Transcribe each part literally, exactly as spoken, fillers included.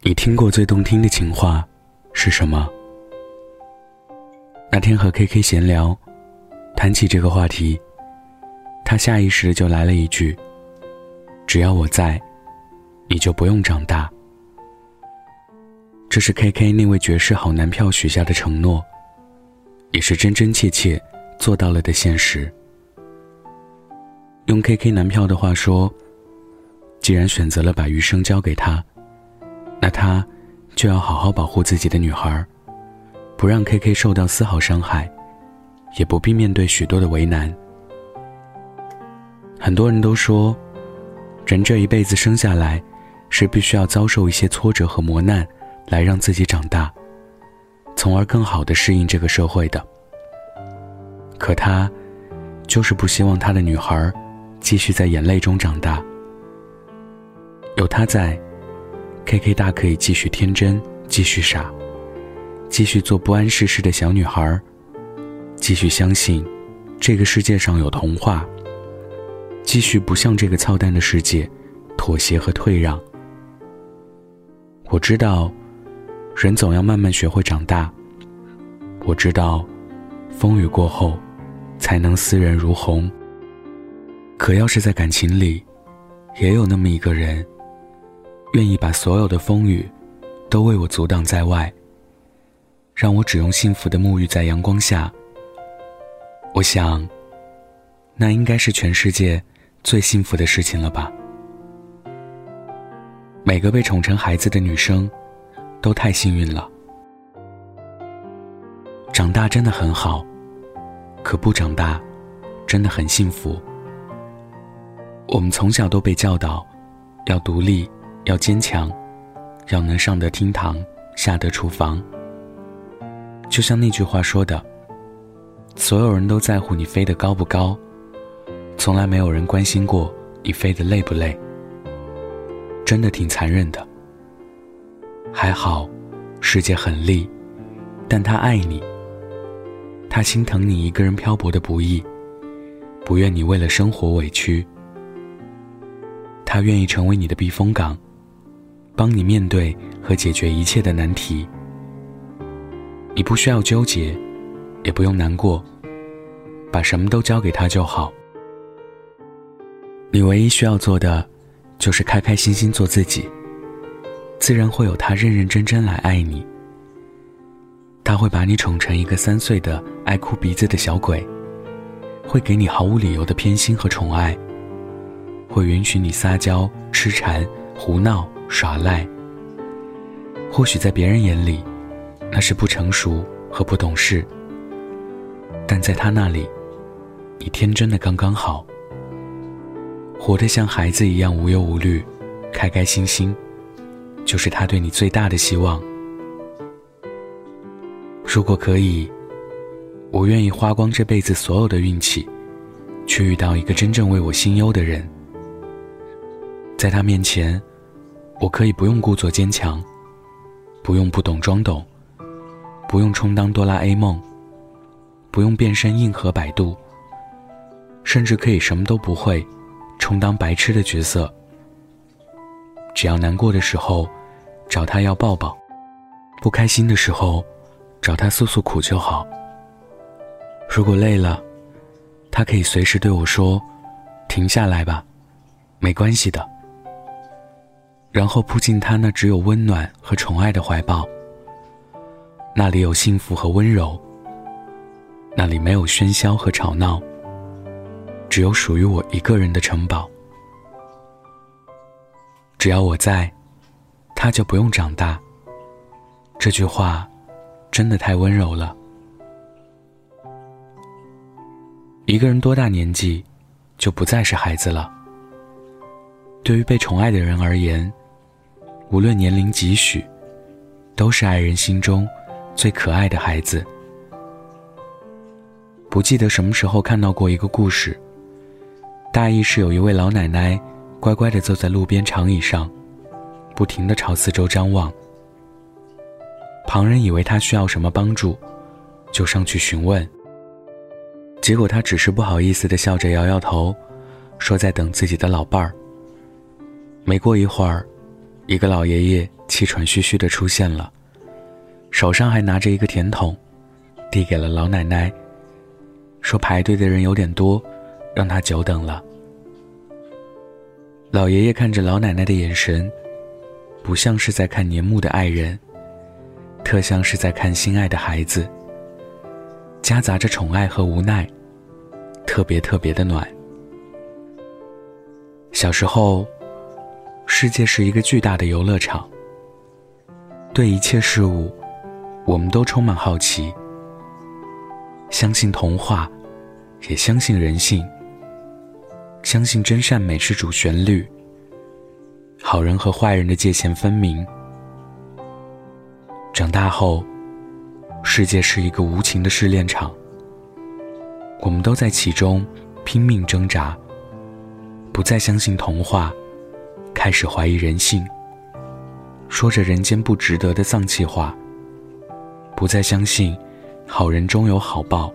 你听过最动听的情话是什么？那天和 K K 闲聊，谈起这个话题，他下意识就来了一句：只要我在，你就不用长大。这是 K K 那位绝世好男票许下的承诺，也是真真切切做到了的现实。用 K K 男票的话说，既然选择了把余生交给他，那他就要好好保护自己的女孩，不让 K K 受到丝毫伤害，也不必面对许多的为难。很多人都说，人这一辈子生下来是必须要遭受一些挫折和磨难，来让自己长大，从而更好地适应这个社会的。可他就是不希望他的女孩继续在眼泪中长大。有他在， K K 大可以继续天真，继续傻，继续做不谙世事的小女孩，继续相信这个世界上有童话，继续不向这个操蛋的世界妥协和退让。我知道人总要慢慢学会长大，我知道风雨过后才能思人如虹。可要是在感情里也有那么一个人，愿意把所有的风雨都为我阻挡在外，让我只用幸福的沐浴在阳光下，我想那应该是全世界最幸福的事情了吧。每个被宠成孩子的女生都太幸运了。长大真的很好，可不长大真的很幸福。我们从小都被教导要独立，要坚强，要能上得厅堂，下得厨房。就像那句话说的，所有人都在乎你飞得高不高，从来没有人关心过你飞得累不累。真的挺残忍的。还好世界很利，但他爱你，他心疼你一个人漂泊的不易，不愿你为了生活委屈。他愿意成为你的避风港，帮你面对和解决一切的难题。你不需要纠结，也不用难过，把什么都交给他就好。你唯一需要做的就是开开心心做自己，自然会有他认认真真来爱你。他会把你宠成一个三岁的爱哭鼻子的小鬼，会给你毫无理由的偏心和宠爱，会允许你撒娇、痴缠、胡闹、耍赖。或许在别人眼里那是不成熟和不懂事，但在他那里你天真的刚刚好，活得像孩子一样无忧无虑，开开心心，就是他对你最大的希望。如果可以，我愿意花光这辈子所有的运气，去遇到一个真正为我心忧的人。在他面前，我可以不用故作坚强，不用不懂装懂，不用充当哆啦 A 梦，不用变身硬核百度，甚至可以什么都不会，充当白痴的角色。只要难过的时候找他要抱抱，不开心的时候找他诉诉苦就好。如果累了，他可以随时对我说，停下来吧，没关系的。然后扑进他那只有温暖和宠爱的怀抱，那里有幸福和温柔，那里没有喧嚣和吵闹，只有属于我一个人的城堡。只要我在，他就不用长大。这句话真的太温柔了。一个人多大年纪就不再是孩子了。对于被宠爱的人而言，无论年龄几许，都是爱人心中最可爱的孩子。不记得什么时候看到过一个故事，大意是有一位老奶奶乖乖地坐在路边长椅上，不停地朝四周张望。旁人以为她需要什么帮助，就上去询问，结果她只是不好意思地笑着摇摇头，说在等自己的老伴儿。没过一会儿， 一个老爷爷气喘吁吁地出现了，手上还拿着一个甜筒，递给了老奶奶，说排队的人有点多，让她久等了。老爷爷看着老奶奶的眼神，不像是在看年暮的爱人，特像是在看心爱的孩子，夹杂着宠爱和无奈，特别特别的暖。小时候，世界是一个巨大的游乐场，对一切事物我们都充满好奇，相信童话，也相信人性，相信真善美是主旋律，好人和坏人的界限分明。长大后，世界是一个无情的试炼场，我们都在其中拼命挣扎，不再相信童话，开始怀疑人性，说着人间不值得的丧气话，不再相信好人终有好报。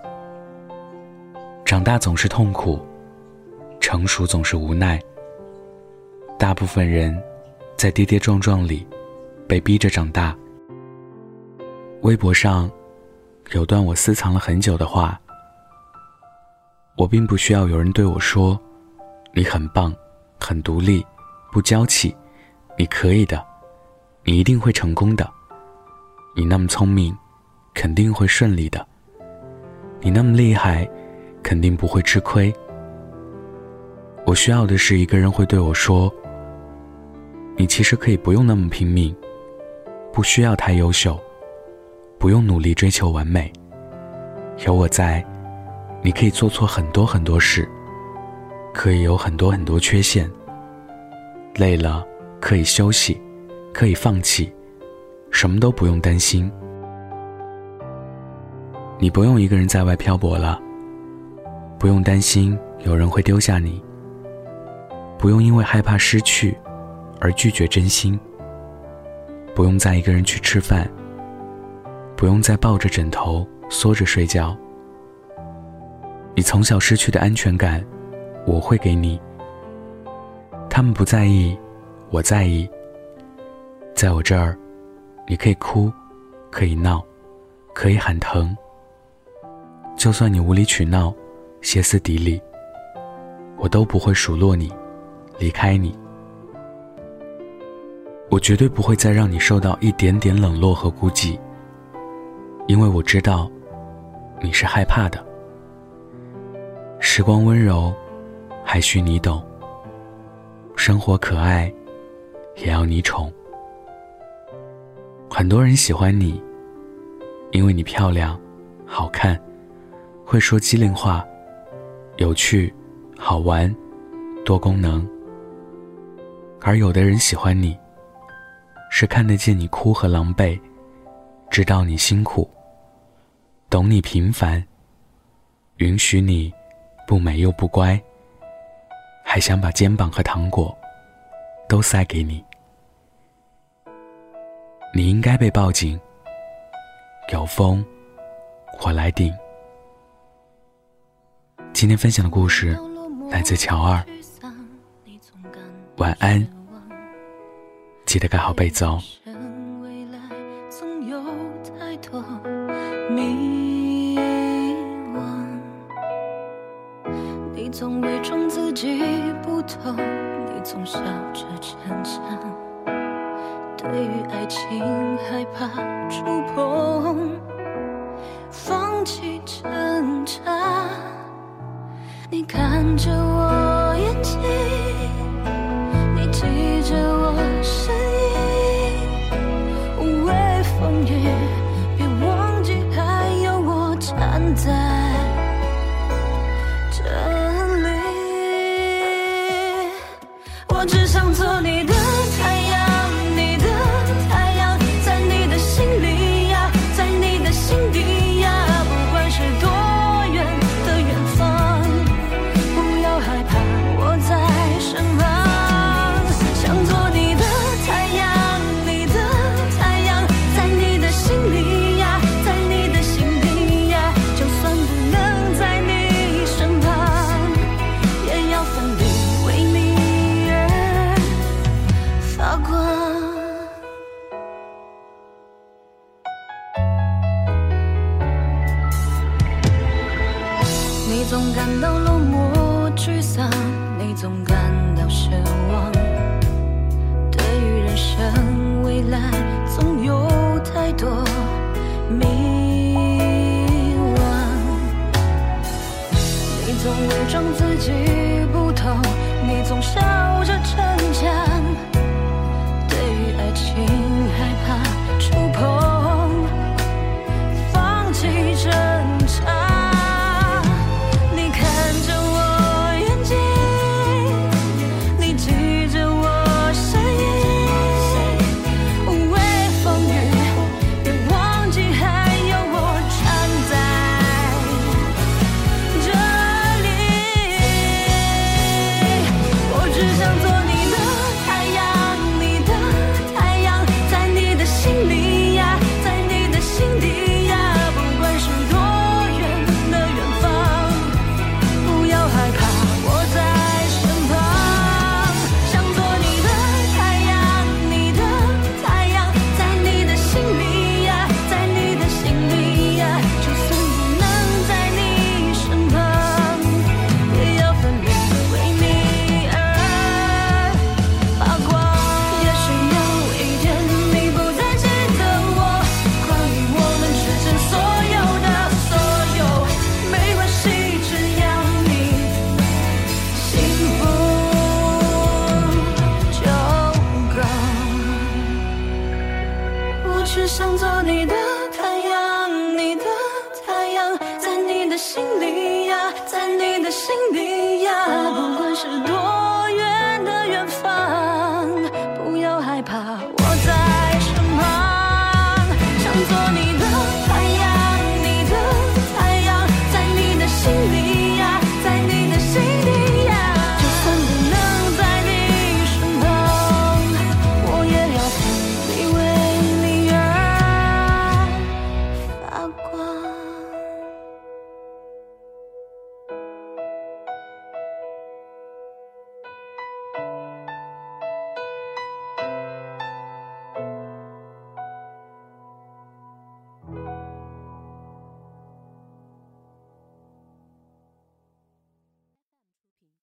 长大总是痛苦，成熟总是无奈。大部分人在跌跌撞撞里被逼着长大。微博上有段我私藏了很久的话，我并不需要有人对我说你很棒，很独立，不娇气，你可以的，你一定会成功的，你那么聪明，肯定会顺利的，你那么厉害，肯定不会吃亏。我需要的是一个人会对我说，你其实可以不用那么拼命，不需要太优秀，不用努力追求完美，有我在，你可以做错很多很多事，可以有很多很多缺陷，累了可以休息，可以放弃，什么都不用担心。你不用一个人在外漂泊了，不用担心有人会丢下你，不用因为害怕失去而拒绝真心，不用再一个人去吃饭，不用再抱着枕头缩着睡觉。你从小失去的安全感，我会给你。他们不在意，我在意。在我这儿，你可以哭，可以闹，可以喊疼。就算你无理取闹，歇斯底里，我都不会数落你，离开你。我绝对不会再让你受到一点点冷落和孤寂，因为我知道你是害怕的。时光温柔，还需你懂；生活可爱，也要你宠。很多人喜欢你，因为你漂亮、好看，会说机灵话，有趣、好玩、多功能。而有的人喜欢你，是看得见你哭和狼狈，知道你辛苦，懂你平凡，允许你不美又不乖，还想把肩膀和糖果都塞给你。你应该被抱紧，有风我来顶。今天分享的故事来自乔二，晚安，记得盖好被子哦。 你总伪装自己不懂，你总笑着逞强，对于爱情害怕触碰，放弃挣扎。你看着我眼睛，你记着我声音，无畏风雨，别忘记还有我站在这里。我只想做你的太阳，你的太阳，在你的心里呀，在你的心底呀，不管是多远的远方，不要害怕，我在身旁。想做你的太阳，你的太阳，在你的心里呀，在你的心底呀，就算不能在你身旁，也要奋力为你而发光。你总感到落寞沮丧，你总感到失望，对于人生未来总有太多迷惘。你总伪装自己不痛，你总笑着逞强，对于爱情害怕触碰，放弃挣扎。只想做你的太阳，你的太阳，在你的心里呀，在你的心里呀，不管是多远的远方，不要害怕，我在身旁。想做你的太阳，你的太阳，在你的心里呀，在你的心里呀，就算不能在你身旁，我也要奋力为你而发光。